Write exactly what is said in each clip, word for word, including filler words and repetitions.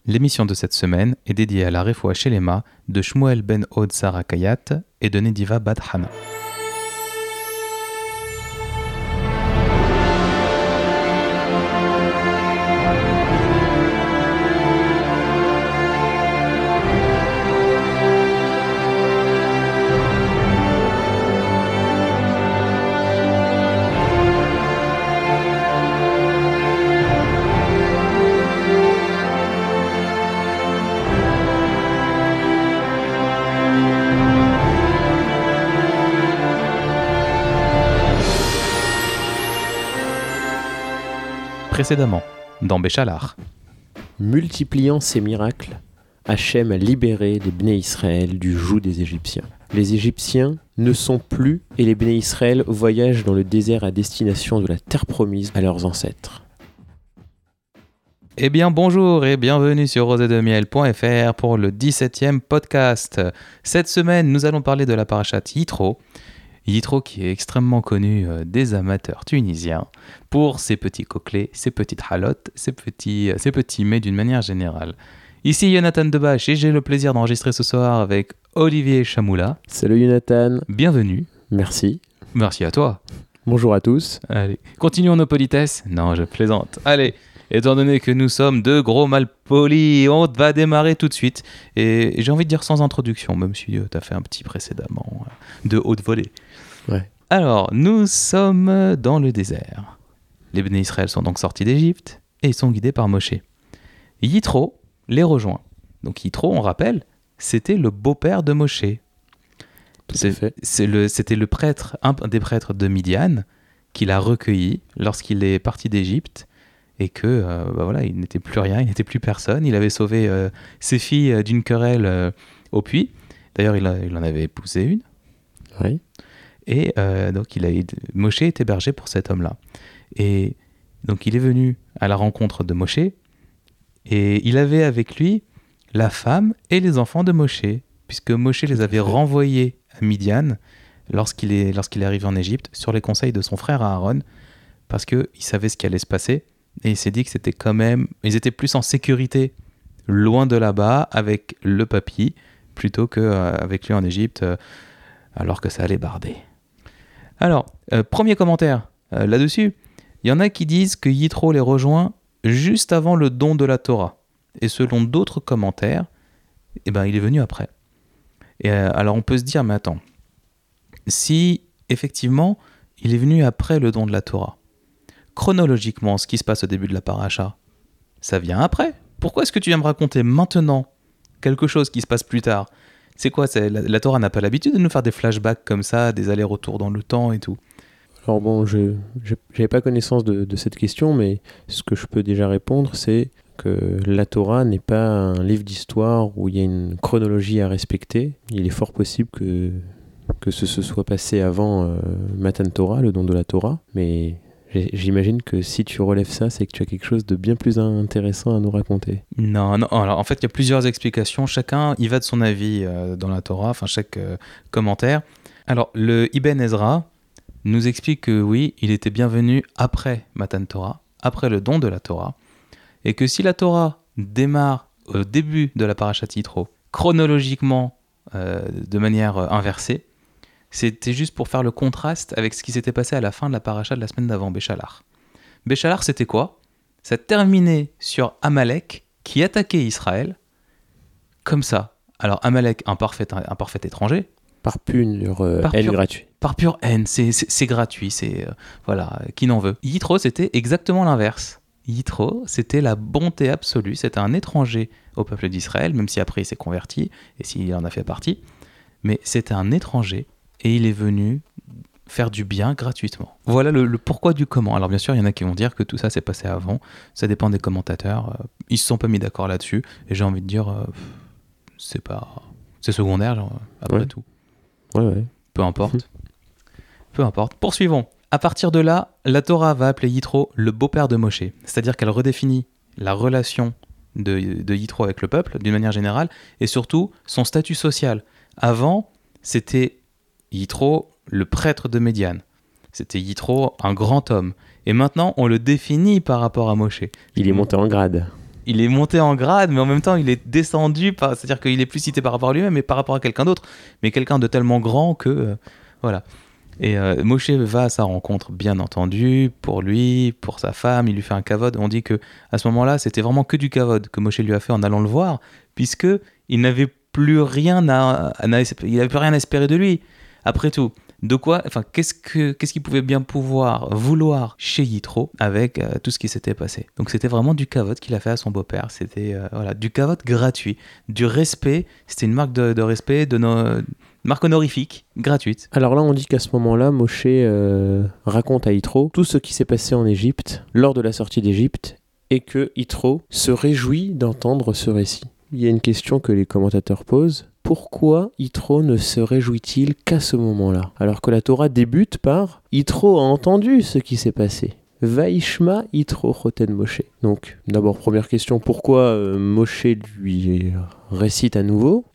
L'émission de cette semaine est dédiée à la Refoua Shelema de Shmuel ben Hod Sarakayat et de Nediva Bat Hana. Précédemment, dans Béchalar. Multipliant ses miracles, Hachem a libéré les Bnei Israël du joug des Égyptiens. Les Égyptiens ne sont plus et les Bnei Israël voyagent dans le désert à destination de la terre promise à leurs ancêtres. Eh bien bonjour et bienvenue sur rosedemiel point f r pour le dix-septième podcast. Cette semaine, nous allons parler de la parashat Yitro. Yitro qui est extrêmement connu euh, des amateurs tunisiens pour ses petits coquelets, ses petites halotes, ses petits, ses petits mets d'une manière générale. Ici Jonathan Debache et j'ai le plaisir d'enregistrer ce soir avec Olivier Chamoula. Salut Jonathan. Bienvenue. Merci. Merci à toi. Bonjour à tous. Allez, continuons nos politesses. Non, je plaisante. Allez, étant donné que nous sommes deux gros malpolis, on va démarrer tout de suite. Et j'ai envie de dire sans introduction, même si tu as fait un petit précédemment de haute volée. Ouais. Alors, nous sommes dans le désert. Les Bnei Israël sont donc sortis d'Égypte et ils sont guidés par Moshe. Yitro les rejoint. Donc Yitro, on rappelle, c'était le beau-père de Moshe. Tout c'est, à fait. C'est le, c'était le prêtre, un des prêtres de Midian qui l'a recueilli lorsqu'il est parti d'Égypte et que euh, bah voilà, il n'était plus rien, il n'était plus personne. Il avait sauvé euh, ses filles euh, d'une querelle euh, au puits. D'ailleurs, il, a, il en avait épousé une. Oui. Et euh, donc, il a, Moshe est hébergé pour cet homme-là. Et donc, il est venu à la rencontre de Moshe et il avait avec lui la femme et les enfants de Moshe, puisque Moshe les avait renvoyés à Midian lorsqu'il est, lorsqu'il est arrivé en Égypte sur les conseils de son frère Aaron, parce qu'il savait ce qui allait se passer et il s'est dit que c'était quand même... Ils étaient plus en sécurité loin de là-bas avec le papy plutôt qu'avec lui en Égypte, euh, alors que ça allait barder. Alors, euh, premier commentaire euh, là-dessus, il y en a qui disent que Yitro les rejoint juste avant le don de la Torah. Et selon d'autres commentaires, eh ben, il est venu après. Et euh, alors on peut se dire, mais attends, si effectivement il est venu après le don de la Torah, chronologiquement, ce qui se passe au début de la paracha, ça vient après. Pourquoi est-ce que tu viens me raconter maintenant quelque chose qui se passe plus tard ? C'est quoi c'est, la, la Torah n'a pas l'habitude de nous faire des flashbacks comme ça, des allers-retours dans le temps et tout. Alors bon, je n'avais pas connaissance de, de cette question, mais ce que je peux déjà répondre, c'est que la Torah n'est pas un livre d'histoire où il y a une chronologie à respecter. Il est fort possible que, que ce se soit passé avant euh, Matan Torah, le don de la Torah, mais j'imagine que si tu relèves ça, c'est que tu as quelque chose de bien plus intéressant à nous raconter. Non, non. Alors, en fait, il y a plusieurs explications. Chacun y va de son avis euh, dans la Torah, enfin, chaque euh, commentaire. Alors, le Ibn Ezra nous explique que oui, il était bienvenu après Matan Torah, après le don de la Torah, et que si la Torah démarre au début de la parashat Yitro, chronologiquement, euh, de manière euh, inversée, c'était juste pour faire le contraste avec ce qui s'était passé à la fin de la paracha de la semaine d'avant, Béchalar. Béchalar, c'était quoi ? Ça terminait sur Amalek qui attaquait Israël, comme ça. Alors Amalek, un parfait, un parfait étranger. Par pure euh, par haine pure, gratuite. Par pure haine, c'est, c'est, c'est gratuit, c'est... Euh, voilà, qui n'en veut. Yitro, c'était exactement l'inverse. Yitro, c'était la bonté absolue, c'était un étranger au peuple d'Israël, même si après il s'est converti, et s'il en a fait partie, mais c'était un étranger, et il est venu faire du bien gratuitement. Voilà le, le pourquoi du comment. Alors bien sûr, il y en a qui vont dire que tout ça s'est passé avant, ça dépend des commentateurs, euh, ils se sont pas mis d'accord là-dessus, et j'ai envie de dire, euh, c'est pas... c'est secondaire, genre, après ouais. tout. Ouais, ouais. Peu importe. Peu importe. Poursuivons. À partir de là, la Torah va appeler Yitro le beau-père de Moshe, c'est-à-dire qu'elle redéfinit la relation de, de Yitro avec le peuple, d'une manière générale, et surtout son statut social. Avant, c'était Yitro, le prêtre de Midian. C'était Yitro, un grand homme. Et maintenant, on le définit par rapport à Moshe. Il est monté en grade. il est monté en grade, mais en même temps, il est descendu, par... c'est-à-dire qu'il est plus cité par rapport à lui-même, mais par rapport à quelqu'un d'autre, mais quelqu'un de tellement grand que... Euh, voilà. Et euh, Moshe va à sa rencontre, bien entendu, pour lui, pour sa femme, il lui fait un kavod. On dit que à ce moment-là, c'était vraiment que du kavod que Moshe lui a fait en allant le voir, puisque il n'avait plus rien à, à, il n'avait plus rien à espérer de lui. Après tout, de quoi, enfin, qu'est-ce que, qu'est-ce qu'il pouvait bien pouvoir vouloir chez Yitro avec euh, tout ce qui s'était passé. Donc c'était vraiment du kavod qu'il a fait à son beau-père. C'était euh, voilà, du kavod gratuit, du respect. C'était une marque de, de respect, de nos marque honorifique, gratuite. Alors là, on dit qu'à ce moment-là, Moshe euh, raconte à Yitro tout ce qui s'est passé en Égypte, lors de la sortie d'Égypte, et que Yitro se réjouit d'entendre ce récit. Il y a une question que les commentateurs posent. Pourquoi Yitro ne se réjouit-il qu'à ce moment-là? Alors que la Torah débute par « Yitro a entendu ce qui s'est passé ». Vaishma Yitro choten Moshe. Donc, d'abord, première question, pourquoi euh, Moshe lui récite à nouveau?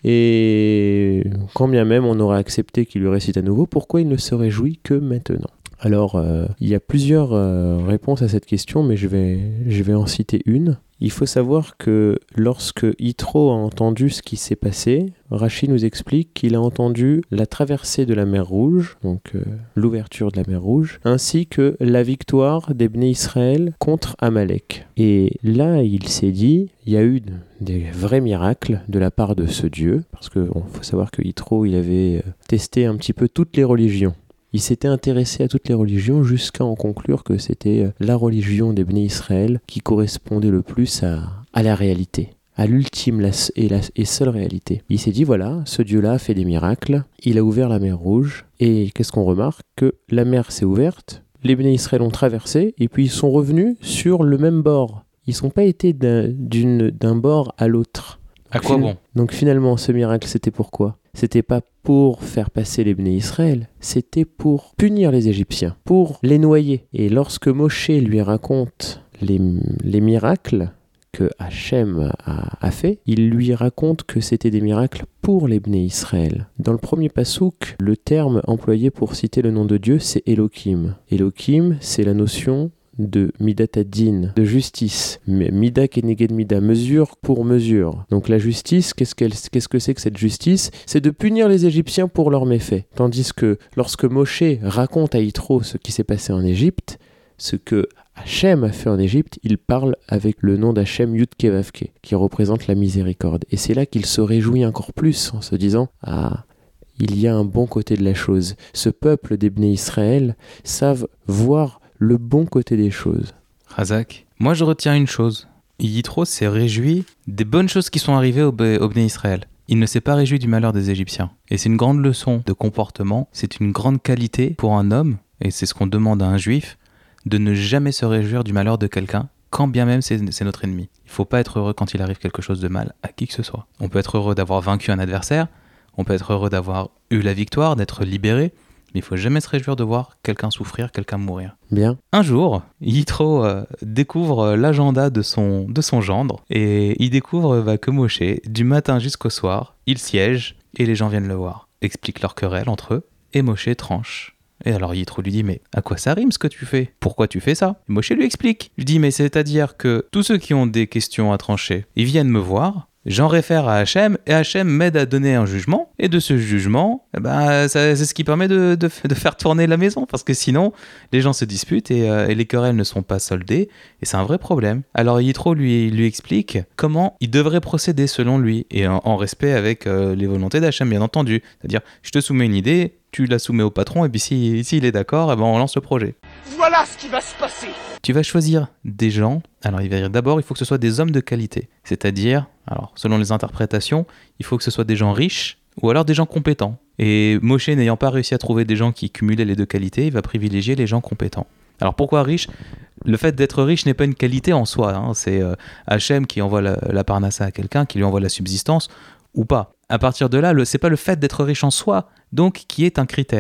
Et quand bien même on aurait accepté qu'il lui récite à nouveau, pourquoi il ne se réjouit que maintenant? Alors, euh, il y a plusieurs euh, réponses à cette question, mais je vais, je vais en citer une. Il faut savoir que lorsque Yitro a entendu ce qui s'est passé, Rashi nous explique qu'il a entendu la traversée de la mer Rouge, donc euh, l'ouverture de la mer Rouge, ainsi que la victoire des Bnei Israël contre Amalek. Et là, il s'est dit, il y a eu des vrais miracles de la part de ce Dieu, parce qu'il bon, faut savoir que Yitro, il avait testé un petit peu toutes les religions. Il s'était intéressé à toutes les religions jusqu'à en conclure que c'était la religion des Bnei Israël qui correspondait le plus à, à la réalité, à l'ultime la, et, la, et seule réalité. Il s'est dit, voilà, ce Dieu-là a fait des miracles, il a ouvert la mer Rouge, et qu'est-ce qu'on remarque? Que la mer s'est ouverte, les Bnei Israël ont traversé, et puis ils sont revenus sur le même bord. Ils ne sont pas été d'un, d'une, d'un bord à l'autre. À quoi bon? Donc finalement, ce miracle, c'était pourquoi? C'était pas pour faire passer les Bnei Israël, c'était pour punir les Égyptiens, pour les noyer. Et lorsque Moshe lui raconte les, les miracles que Hachem a, a fait, il lui raconte que c'était des miracles pour les Bnei Israël. Dans le premier pasouk, le terme employé pour citer le nom de Dieu, c'est Elohim. Elohim, c'est la notion de Midat Adin, de justice. Mida keneged Mida, mesure pour mesure. Donc la justice, qu'est-ce, qu'elle, qu'est-ce que c'est que cette justice? C'est de punir les Égyptiens pour leurs méfaits. Tandis que lorsque Moshe raconte à Yitro ce qui s'est passé en Égypte, ce que Hachem a fait en Égypte, il parle avec le nom d'Hachem Yud-Ke Vav-Ke, qui représente la miséricorde. Et c'est là qu'il se réjouit encore plus en se disant « Ah, il y a un bon côté de la chose. Ce peuple des Bnei Israël savent voir le bon côté des choses. » Razak, moi je retiens une chose. Yitro s'est réjoui des bonnes choses qui sont arrivées au, Be- au Bnei Israël. Il ne s'est pas réjoui du malheur des Égyptiens. Et c'est une grande leçon de comportement, c'est une grande qualité pour un homme, et c'est ce qu'on demande à un juif, de ne jamais se réjouir du malheur de quelqu'un, quand bien même c'est, c'est notre ennemi. Il ne faut pas être heureux quand il arrive quelque chose de mal à qui que ce soit. On peut être heureux d'avoir vaincu un adversaire, on peut être heureux d'avoir eu la victoire, d'être libéré, mais il ne faut jamais se réjouir de voir quelqu'un souffrir, quelqu'un mourir. Bien. Un jour, Yitro euh, découvre l'agenda de son, de son gendre, et il découvre bah, que Moshe, du matin jusqu'au soir, il siège, et les gens viennent le voir, expliquent leur querelle entre eux, et Moshe tranche. Et alors Yitro lui dit, mais à quoi ça rime ce que tu fais? Pourquoi tu fais ça? Et Moshe lui explique. Il dit, mais c'est-à-dire que tous ceux qui ont des questions à trancher, ils viennent me voir, j'en réfère à Hachem, et Hachem m'aide à donner un jugement, et de ce jugement, eh ben, ça, c'est ce qui permet de, de, de faire tourner la maison, parce que sinon, les gens se disputent, et, euh, et les querelles ne sont pas soldées, et c'est un vrai problème. Alors Yitro lui, lui explique comment il devrait procéder selon lui, et en, en respect avec euh, les volontés d'Hachem, bien entendu. C'est-à-dire, je te soumets une idée, tu la soumets au patron, et puis s'il si, si est d'accord, eh ben, on lance le projet. Voilà ce qui va se passer. Tu vas choisir des gens, alors il va dire d'abord, il faut que ce soit des hommes de qualité, c'est-à-dire, alors selon les interprétations, il faut que ce soit des gens riches ou alors des gens compétents. Et Moshe n'ayant pas réussi à trouver des gens qui cumulaient les deux qualités, il va privilégier les gens compétents. Alors pourquoi riche? Le fait d'être riche n'est pas une qualité en soi, hein. C'est euh, Hachem qui envoie la, la parnassa à quelqu'un, qui lui envoie la subsistance, ou pas. À partir de là, le, c'est pas le fait d'être riche en soi, donc, qui est un critère.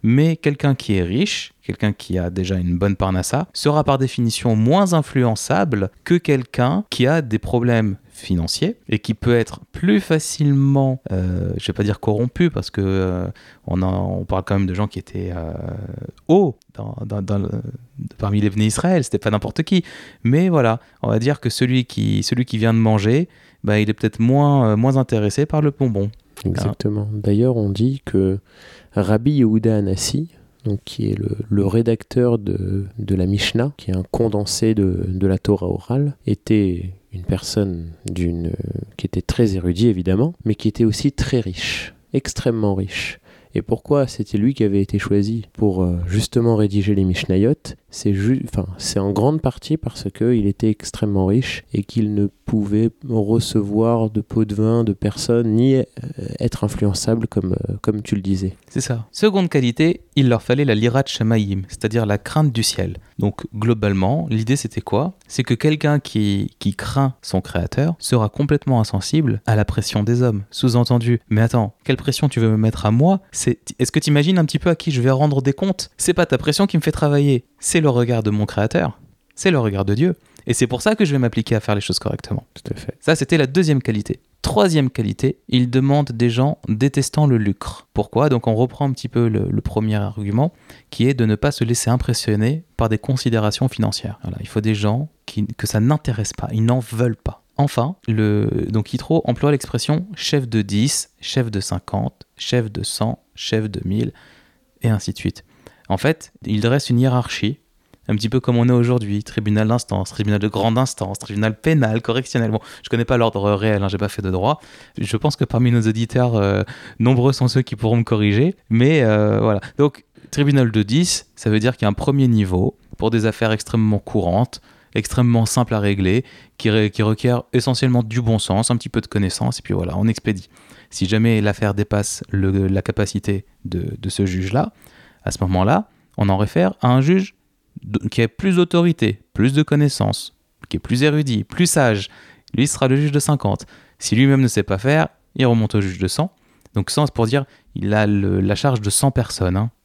Mais quelqu'un qui est riche, quelqu'un qui a déjà une bonne parnassa, sera par définition moins influençable que quelqu'un qui a des problèmes financiers et qui peut être plus facilement, euh, je vais pas dire corrompu, parce que euh, on, a, on parle quand même de gens qui étaient euh, hauts dans, dans, dans le, parmi les Bnei Israël, c'était pas n'importe qui. Mais voilà, on va dire que celui qui, celui qui vient de manger, bah, il est peut-être moins, euh, moins intéressé par le bonbon. Exactement. D'ailleurs, on dit que Rabbi Yehuda Hanassi, donc qui est le, le rédacteur de, de la Mishnah, qui est un condensé de, de la Torah orale, était une personne d'une, qui était très érudit évidemment, mais qui était aussi très riche, extrêmement riche. Et pourquoi c'était lui qui avait été choisi pour euh, justement rédiger les Mishnayot? C'est, ju- enfin, c'est en grande partie parce qu'il était extrêmement riche et qu'il ne pouvait recevoir de pot de vin de personne ni euh, être influençable comme, euh, comme tu le disais. C'est ça. Seconde qualité, il leur fallait la lirat shamayim, c'est-à-dire la crainte du ciel. Donc globalement, l'idée c'était quoi? C'est que quelqu'un qui, qui craint son créateur sera complètement insensible à la pression des hommes. Sous-entendu, mais attends, quelle pression tu veux me mettre à moi? C'est, est-ce que tu imagines un petit peu à qui je vais rendre des comptes? C'est pas ta pression qui me fait travailler, c'est le regard de mon créateur, c'est le regard de Dieu. Et c'est pour ça que je vais m'appliquer à faire les choses correctement. Tout à fait. Ça, c'était la deuxième qualité. Troisième qualité, il demande des gens détestant le lucre. Pourquoi? Donc on reprend un petit peu le, le premier argument, qui est de ne pas se laisser impressionner par des considérations financières. Voilà, il faut des gens qui, que ça n'intéresse pas, ils n'en veulent pas. Enfin, le, donc Yitro emploie l'expression chef de dix, chef de cinquante, chef de cent, chef de mille, et ainsi de suite. En fait, il dresse une hiérarchie, un petit peu comme on est aujourd'hui, tribunal d'instance, tribunal de grande instance, tribunal pénal, correctionnel. Bon, je connais pas l'ordre réel, hein, j'ai pas fait de droit. Je pense que parmi nos auditeurs, euh, nombreux sont ceux qui pourront me corriger, mais euh, voilà. Donc, tribunal de dix, ça veut dire qu'il y a un premier niveau pour des affaires extrêmement courantes, extrêmement simples à régler, qui, re- qui requièrent essentiellement du bon sens, un petit peu de connaissance, et puis voilà, on expédie. Si jamais l'affaire dépasse le, la capacité de, de ce juge-là, à ce moment-là, on en réfère à un juge qui a plus d'autorité, plus de connaissances, qui est plus érudit, plus sage. Lui sera le juge de cinquante. Si lui-même ne sait pas faire, il remonte au juge de cent. Donc cent, c'est pour dire il a le, la charge de cent personnes. Hein.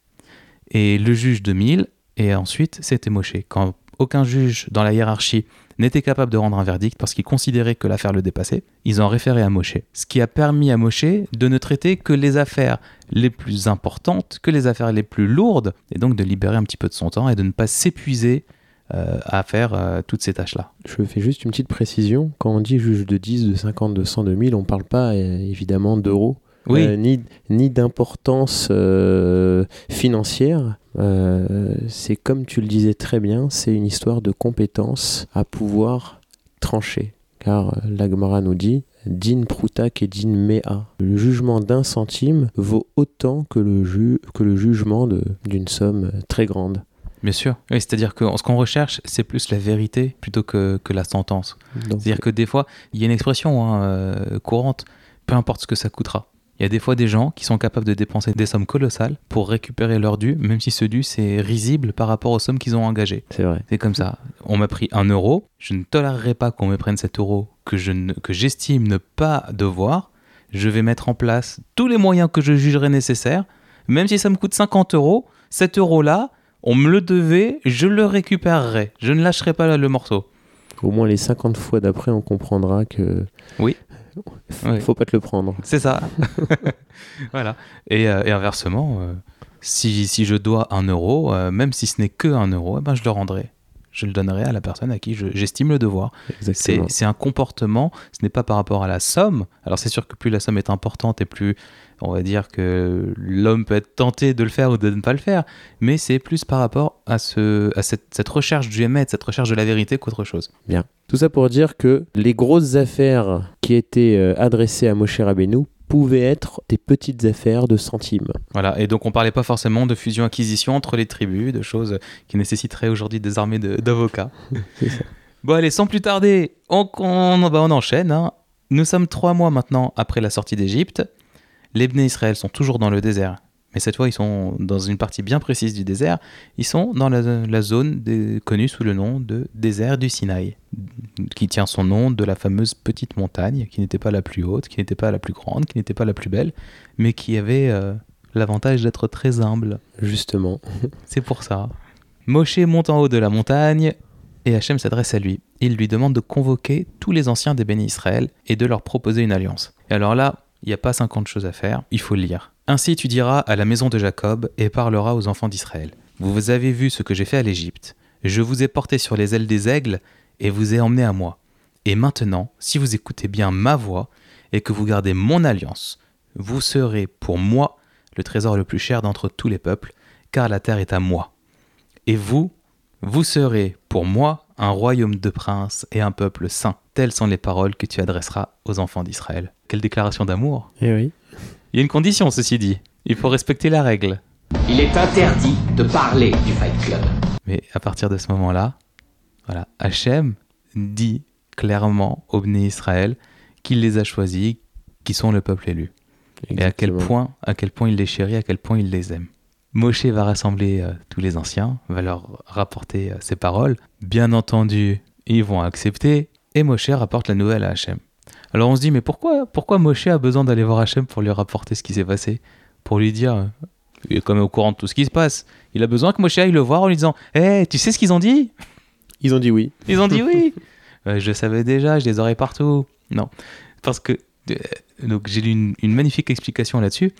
Et le juge de mille, et ensuite, c'était Moshe. Quand aucun juge dans la hiérarchie n'était capable de rendre un verdict parce qu'il considérait que l'affaire le dépassait, ils ont référé à Moshe. Ce qui a permis à Moshe de ne traiter que les affaires les plus importantes, que les affaires les plus lourdes, et donc de libérer un petit peu de son temps et de ne pas s'épuiser euh, à faire euh, toutes ces tâches-là. Je fais juste une petite précision. Quand on dit juge de dix, de cinquante, de cent, de mille, on ne parle pas euh, évidemment d'euros. Oui. Euh, ni, ni d'importance euh, financière. Euh, c'est comme tu le disais très bien, c'est une histoire de compétence à pouvoir trancher. Car euh, la Gemara nous dit din prutak et din mea. Le jugement d'un centime vaut autant que le, ju- que le jugement de, d'une somme très grande. Bien sûr. Oui, c'est-à-dire que ce qu'on recherche, c'est plus la vérité plutôt que, que la sentence. Donc, C'est-à-dire que des fois, il y a une expression hein, euh, courante, peu importe ce que ça coûtera. Il y a des fois des gens qui sont capables de dépenser des sommes colossales pour récupérer leur dû, même si ce dû, c'est risible par rapport aux sommes qu'ils ont engagées. c'est vrai. C'est comme ça. On m'a pris un euro, je ne tolérerai pas qu'on me prenne cet euro que, je ne, que j'estime ne pas devoir. Je vais mettre en place tous les moyens que je jugerai nécessaires, même si ça me coûte cinquante euros, cet euro-là, on me le devait, je le récupérerai. Je ne lâcherai pas le morceau. Au moins les cinquante fois d'après, on comprendra que... Oui. Il Oui. faut pas te le prendre. C'est ça. Voilà. Et, euh, et inversement, euh, si, si je dois un euro, euh, même si ce n'est que un euro, eh ben je le rendrai. Je le donnerai à la personne à qui je, j'estime le devoir. C'est, Exactement. c'est un comportement, ce n'est pas par rapport à la somme. Alors c'est sûr que plus la somme est importante et plus on va dire que l'homme peut être tenté de le faire ou de ne pas le faire, mais c'est plus par rapport à, ce, à cette, cette recherche du émet, cette recherche de la vérité qu'autre chose. Bien. Tout ça pour dire que les grosses affaires qui étaient euh, adressées à Moshe Rabbeinu pouvaient être des petites affaires de centimes. Voilà, et donc on parlait pas forcément de fusion-acquisition entre les tribus, de choses qui nécessiteraient aujourd'hui des armées de, d'avocats. C'est ça. Bon allez, sans plus tarder, on, on, bah on enchaîne. Hein. Nous sommes trois mois maintenant après la sortie d'Égypte. Les Bnei Israël sont toujours dans le désert, mais cette fois ils sont dans une partie bien précise du désert. Ils sont dans la, la zone des, connue sous le nom de désert du Sinaï, qui tient son nom de la fameuse petite montagne, qui n'était pas la plus haute, qui n'était pas la plus grande, qui n'était pas la plus belle, mais qui avait euh, l'avantage d'être très humble. Justement. C'est pour ça. Moshe monte en haut de la montagne et Hachem s'adresse à lui. Il lui demande de convoquer tous les anciens des bénis Israël et de leur proposer une alliance. Et alors là, il n'y a pas cinquante choses à faire, il faut le lire. Ainsi tu diras à la maison de Jacob et parleras aux enfants d'Israël. Vous avez vu ce que j'ai fait à l'Égypte. Je vous ai porté sur les ailes des aigles et vous ai emmené à moi. Et maintenant, si vous écoutez bien ma voix et que vous gardez mon alliance, vous serez pour moi le trésor le plus cher d'entre tous les peuples, car la terre est à moi. Et vous, vous serez pour moi un royaume de princes et un peuple saint. Telles sont les paroles que tu adresseras aux enfants d'Israël. Quelle déclaration d'amour! Eh oui. Il y a une condition, ceci dit. Il faut respecter la règle. Il est interdit de parler du Fight Club. Mais à partir de ce moment-là, voilà, Hachem dit clairement aux bénis Israël qu'il les a choisis, qu'ils sont le peuple élu. Exactement. Et à quel point, à quel point il les chérit, à quel point il les aime. Moshe va rassembler euh, tous les anciens, va leur rapporter euh, ces paroles. Bien entendu, ils vont accepter. Et Moshe rapporte la nouvelle à Hachem. Alors on se dit, mais pourquoi, pourquoi Moshe a besoin d'aller voir Hachem pour lui rapporter ce qui s'est passé? Pour lui dire, euh, il est quand même au courant de tout ce qui se passe. Il a besoin que Moshe aille le voir en lui disant, hé, hey, tu sais ce qu'ils ont dit? Ils ont dit oui. Ils ont dit oui. euh, je savais déjà, j'ai des oreilles partout. Non, parce que, euh, donc j'ai lu une, une magnifique explication là-dessus.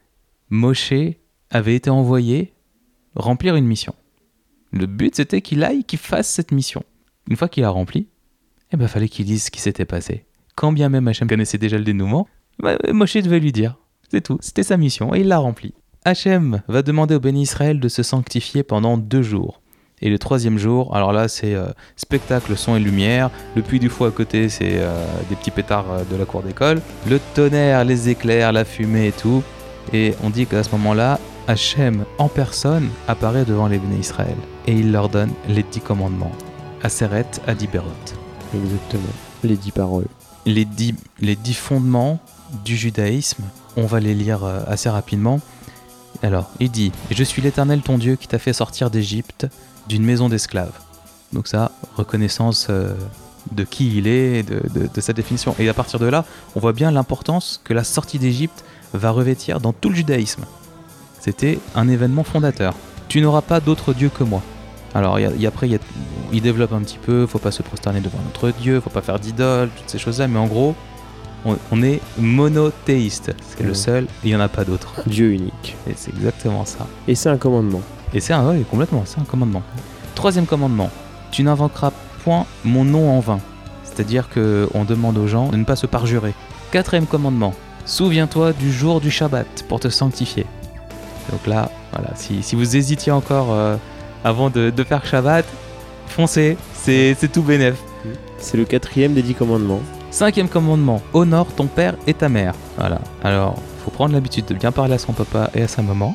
Moshe avait été envoyé remplir une mission. Le but, c'était qu'il aille, qu'il fasse cette mission. Une fois qu'il a rempli, eh ben, fallait qu'il dise ce qui s'était passé. Quand bien même Hachem connaissait déjà le dénouement, bah, Moshe devait lui dire. C'est tout, c'était sa mission, et il l'a remplie. Hachem va demander au béni Israël de se sanctifier pendant deux jours. Et le troisième jour, alors là, c'est euh, spectacle, son et lumière. Le puits du fou à côté, c'est euh, des petits pétards euh, de la cour d'école. Le tonnerre, les éclairs, la fumée et tout. Et on dit qu'à ce moment-là, Hachem en personne apparaît devant les bénis Israël et il leur donne les dix commandements, Aseret Adiberot. Exactement, les dix paroles. Les dix, les dix fondements du judaïsme, on va les lire euh, assez rapidement. Alors, il dit « Je suis l'Éternel ton Dieu qui t'a fait sortir d'Égypte, d'une maison d'esclaves. » Donc ça, reconnaissance euh, de qui il est, de, de, de sa définition. Et à partir de là, on voit bien l'importance que la sortie d'Égypte va revêtir dans tout le judaïsme. C'était un événement fondateur. Tu n'auras pas d'autre Dieu que moi. Alors y a, y a, après, y a, il développe un petit peu, faut pas se prosterner devant notre Dieu, faut pas faire d'idole, toutes ces choses-là, mais en gros, on, on est monothéiste. C'est mmh. le seul, et il n'y en a pas d'autre. Dieu unique. Et c'est exactement ça. Et c'est un commandement. Et c'est un, oui, complètement, c'est un commandement. Troisième commandement, tu n'invoqueras point mon nom en vain. C'est-à-dire qu'on demande aux gens de ne pas se parjurer. Quatrième commandement, souviens-toi du jour du Shabbat pour te sanctifier. Donc là, voilà, si, si vous hésitiez encore euh, avant de, de faire Shabbat, foncez, c'est, c'est tout bénef. C'est le quatrième des dix commandements. Cinquième commandement, honore ton père et ta mère. Voilà, alors, faut prendre l'habitude de bien parler à son papa et à sa maman.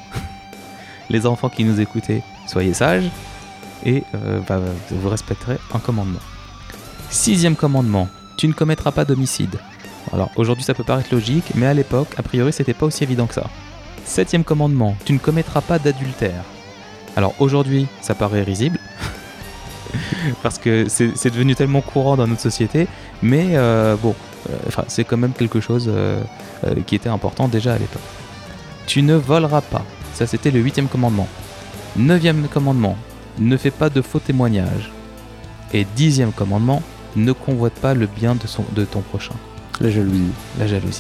Les enfants qui nous écoutez, soyez sages et euh, bah, vous respecterez un commandement. Sixième commandement, tu ne commettras pas d'homicide. Alors aujourd'hui ça peut paraître logique, mais à l'époque, a priori c'était pas aussi évident que ça. Septième commandement, tu ne commettras pas d'adultère. Alors aujourd'hui ça paraît risible, parce que c'est, c'est devenu tellement courant dans notre société, mais euh, bon, euh, c'est quand même quelque chose euh, euh, qui était important déjà à l'époque. Tu ne voleras pas, ça c'était le huitième commandement. Neuvième commandement, ne fais pas de faux témoignages. Et dixième commandement, ne convoite pas le bien de, son, de ton prochain. La jalousie. La jalousie.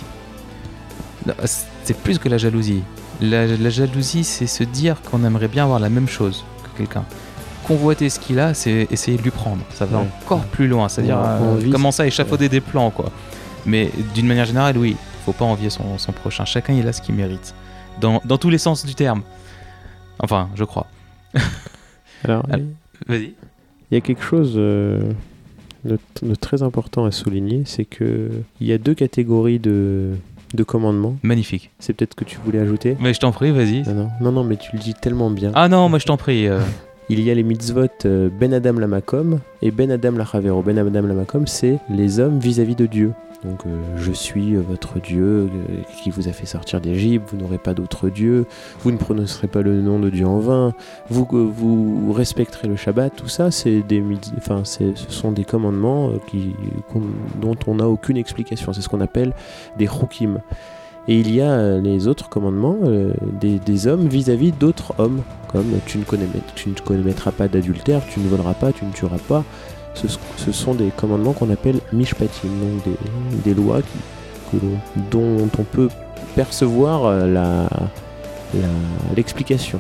C'est plus que la jalousie. La, la jalousie, c'est se dire qu'on aimerait bien avoir la même chose que quelqu'un. Convoiter ce qu'il a, c'est essayer de lui prendre. Ça va ouais. encore plus loin. C'est-à-dire euh, commencer à échafauder ouais. des plans, quoi. Mais d'une manière générale, oui, faut pas envier son, son prochain. Chacun, il a ce qu'il mérite. Dans, dans tous les sens du terme. Enfin, je crois. Alors, Alors vas-y. Il y a quelque chose euh, de, de très important à souligner, c'est qu'il y a deux catégories de, de commandements. Magnifique. C'est peut-être ce que tu voulais ajouter. Mais je t'en prie, vas-y. Non, non, non, non mais tu le dis tellement bien. Ah non, moi je t'en prie. Euh... Il y a les mitzvot euh, Ben Adam Lamakom et Ben Adam Lachavero. Ben Adam Lamakom, c'est les hommes vis-à-vis de Dieu. Donc, euh, je suis euh, votre Dieu euh, qui vous a fait sortir d'Égypte, vous n'aurez pas d'autre Dieu, vous ne prononcerez pas le nom de Dieu en vain, vous, euh, vous respecterez le Shabbat, tout ça, c'est des, enfin, c'est, ce sont des commandements euh, qui, dont on n'a aucune explication. C'est ce qu'on appelle des chukim. Et il y a euh, les autres commandements euh, des, des hommes vis-à-vis d'autres hommes, comme tu ne, connais, tu ne commettras pas d'adultère, tu ne voleras pas, tu ne tueras pas. Ce, ce sont des commandements qu'on appelle mishpatim, donc des, des lois qui, que l'on, dont on peut percevoir euh, la, la, l'explication.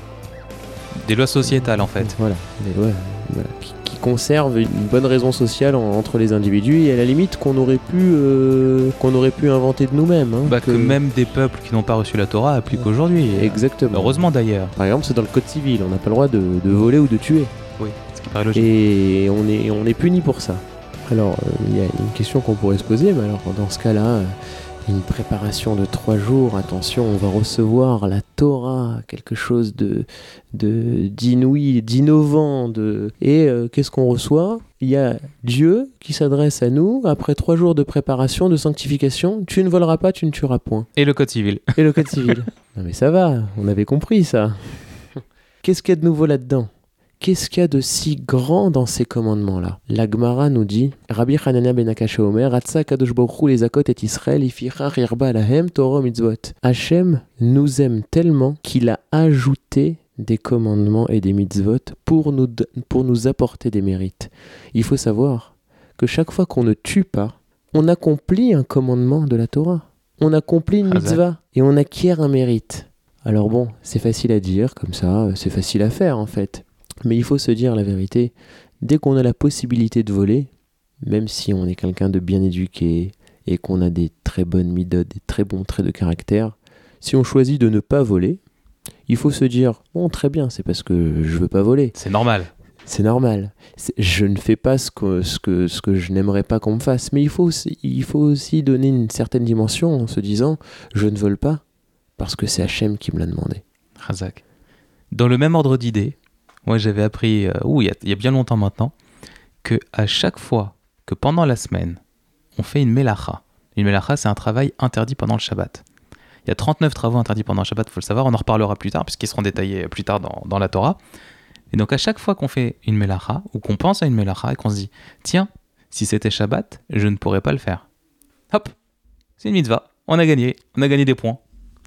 Des lois sociétales en fait. Voilà, des lois voilà, qui, qui conservent une bonne raison sociale en, entre les individus et à la limite qu'on aurait pu, euh, qu'on aurait pu inventer de nous-mêmes. Hein, bah que... que même des peuples qui n'ont pas reçu la Torah appliquent aujourd'hui. Exactement. Heureusement d'ailleurs. Par exemple, c'est dans le code civil, on n'a pas le droit de, de voler ou de tuer. Oui, ce qui paraît logique. Et on est, on est puni pour ça. Alors, il euh, y a une question qu'on pourrait se poser, mais alors dans ce cas-là, euh, une préparation de trois jours, attention, on va recevoir la Torah, quelque chose de, de, d'inouï, d'innovant. De... Et euh, qu'est-ce qu'on reçoit ? Il y a Dieu qui s'adresse à nous après trois jours de préparation, de sanctification. Tu ne voleras pas, tu ne tueras point. Et le code civil. Et le code civil. Non mais ça va, on avait compris ça. Qu'est-ce qu'il y a de nouveau là-dedans ? Qu'est-ce qu'il y a de si grand dans ces commandements-là ? La Gemara nous dit Rabbi Hanania ben Akasha Omer, Ratsa Kadosh Baruch Hu les Zakot et Israël, Ifichar Yirba Lahem Torah Mitzvot. Hachem nous aime tellement qu'il a ajouté des commandements et des mitzvot pour nous, pour nous apporter des mérites. Il faut savoir que chaque fois qu'on ne tue pas, on accomplit un commandement de la Torah. On accomplit une mitzvah et on acquiert un mérite. Alors bon, c'est facile à dire, comme ça, c'est facile à faire en fait. Mais il faut se dire la vérité, dès qu'on a la possibilité de voler, même si on est quelqu'un de bien éduqué et qu'on a des très bonnes midot, des très bons traits de caractère, si on choisit de ne pas voler, il faut se dire, bon très bien, c'est parce que je veux pas voler. C'est normal. C'est normal. C'est, je ne fais pas ce que, ce, que, ce que je n'aimerais pas qu'on me fasse. Mais il faut, aussi, il faut aussi donner une certaine dimension en se disant, je ne vole pas parce que c'est Hachem qui me l'a demandé. Razak. Dans le même ordre d'idée, moi, j'avais appris, euh, ouh, il, y a, il y a bien longtemps maintenant, qu'à chaque fois que pendant la semaine, on fait une mélacha. Une mélacha, c'est un travail interdit pendant le Shabbat. Il y a trente-neuf travaux interdits pendant le Shabbat, il faut le savoir, on en reparlera plus tard, puisqu'ils seront détaillés plus tard dans, dans la Torah. Et donc, à chaque fois qu'on fait une mélacha, ou qu'on pense à une mélacha, et qu'on se dit, tiens, si c'était Shabbat, je ne pourrais pas le faire. Hop, c'est une mitzvah, on a gagné, on a gagné des points.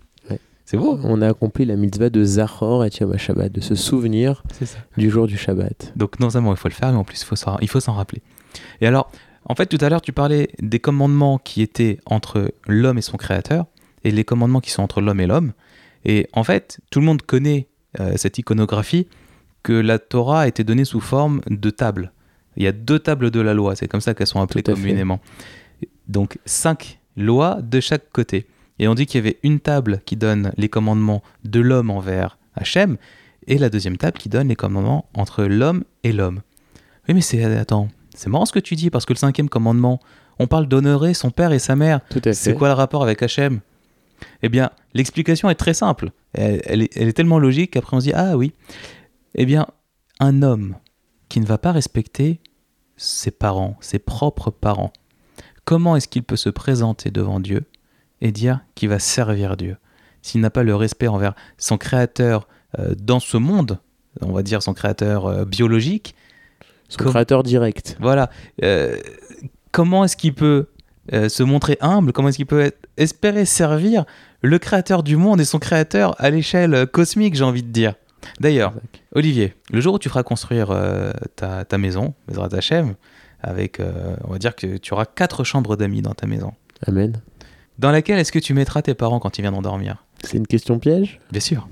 C'est beau. On a accompli la mitzvah de Zachor et Yom HaShabbat, de se souvenir du jour du Shabbat. Donc non seulement il faut le faire, mais en plus il faut s'en, il faut s'en rappeler. Et alors, en fait, tout à l'heure, tu parlais des commandements qui étaient entre l'homme et son créateur, et les commandements qui sont entre l'homme et l'homme. Et en fait, tout le monde connaît euh, cette iconographie que la Torah a été donnée sous forme de tables. Il y a deux tables de la loi, c'est comme ça qu'elles sont appelées communément. Donc cinq lois de chaque côté. Et on dit qu'il y avait une table qui donne les commandements de l'homme envers Hachem, et la deuxième table qui donne les commandements entre l'homme et l'homme. Oui, mais c'est... Attends, c'est marrant ce que tu dis, parce que le cinquième commandement, on parle d'honorer son père et sa mère. Tout à fait. C'est quoi le rapport avec Hachem ? Eh bien, l'explication est très simple. Elle, elle, est, elle est tellement logique qu'après on se dit « Ah oui ». Eh bien, un homme qui ne va pas respecter ses parents, ses propres parents, comment est-ce qu'il peut se présenter devant Dieu et dire qu'il va servir Dieu s'il n'a pas le respect envers son créateur euh, dans ce monde, on va dire son créateur euh, biologique, son com- créateur direct. Voilà. Euh, comment est-ce qu'il peut euh, se montrer humble ? Comment est-ce qu'il peut être, espérer servir le créateur du monde et son créateur à l'échelle cosmique, j'ai envie de dire. D'ailleurs, exact. Olivier, le jour où tu feras construire euh, ta, ta maison, Bezrat Hachem, avec, euh, on va dire que tu auras quatre chambres d'amis dans ta maison. Amen. Dans laquelle est-ce que tu mettras tes parents quand ils viendront dormir ? C'est une question piège ? Bien sûr.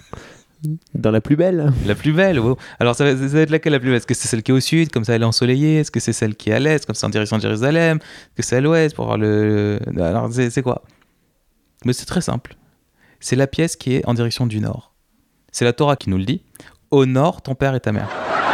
Dans la plus belle ? La plus belle, wow. Alors ça va, ça va être laquelle la plus belle ? Est-ce que c'est celle qui est au sud, comme ça elle est ensoleillée ? Est-ce que c'est celle qui est à l'est, comme ça en direction de Jérusalem ? Est-ce que c'est à l'ouest pour voir le... Alors c'est, c'est quoi ? Mais c'est très simple. C'est la pièce qui est en direction du nord. C'est la Torah qui nous le dit. Au nord, ton père et ta mère.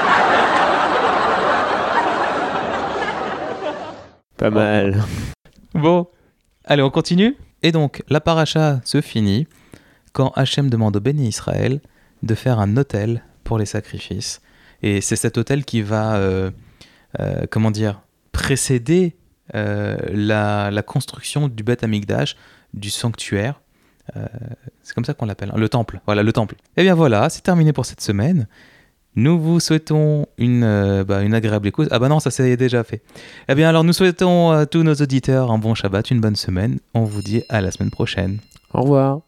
Pas mal. Bon. Allez, on continue. Et donc, la paracha se finit quand Hachem demande au béni Israël de faire un autel pour les sacrifices. Et c'est cet autel qui va, euh, euh, comment dire, précéder euh, la, la construction du Beth Amikdash, du sanctuaire. Euh, c'est comme ça qu'on l'appelle, hein, le temple. Voilà, le temple. Et bien voilà, c'est terminé pour cette semaine. Nous vous souhaitons une, euh, bah, une agréable écoute. Ah bah non, ça c'est déjà fait. Eh bien alors, nous souhaitons à tous nos auditeurs un bon Shabbat, une bonne semaine. On vous dit à la semaine prochaine. Au revoir.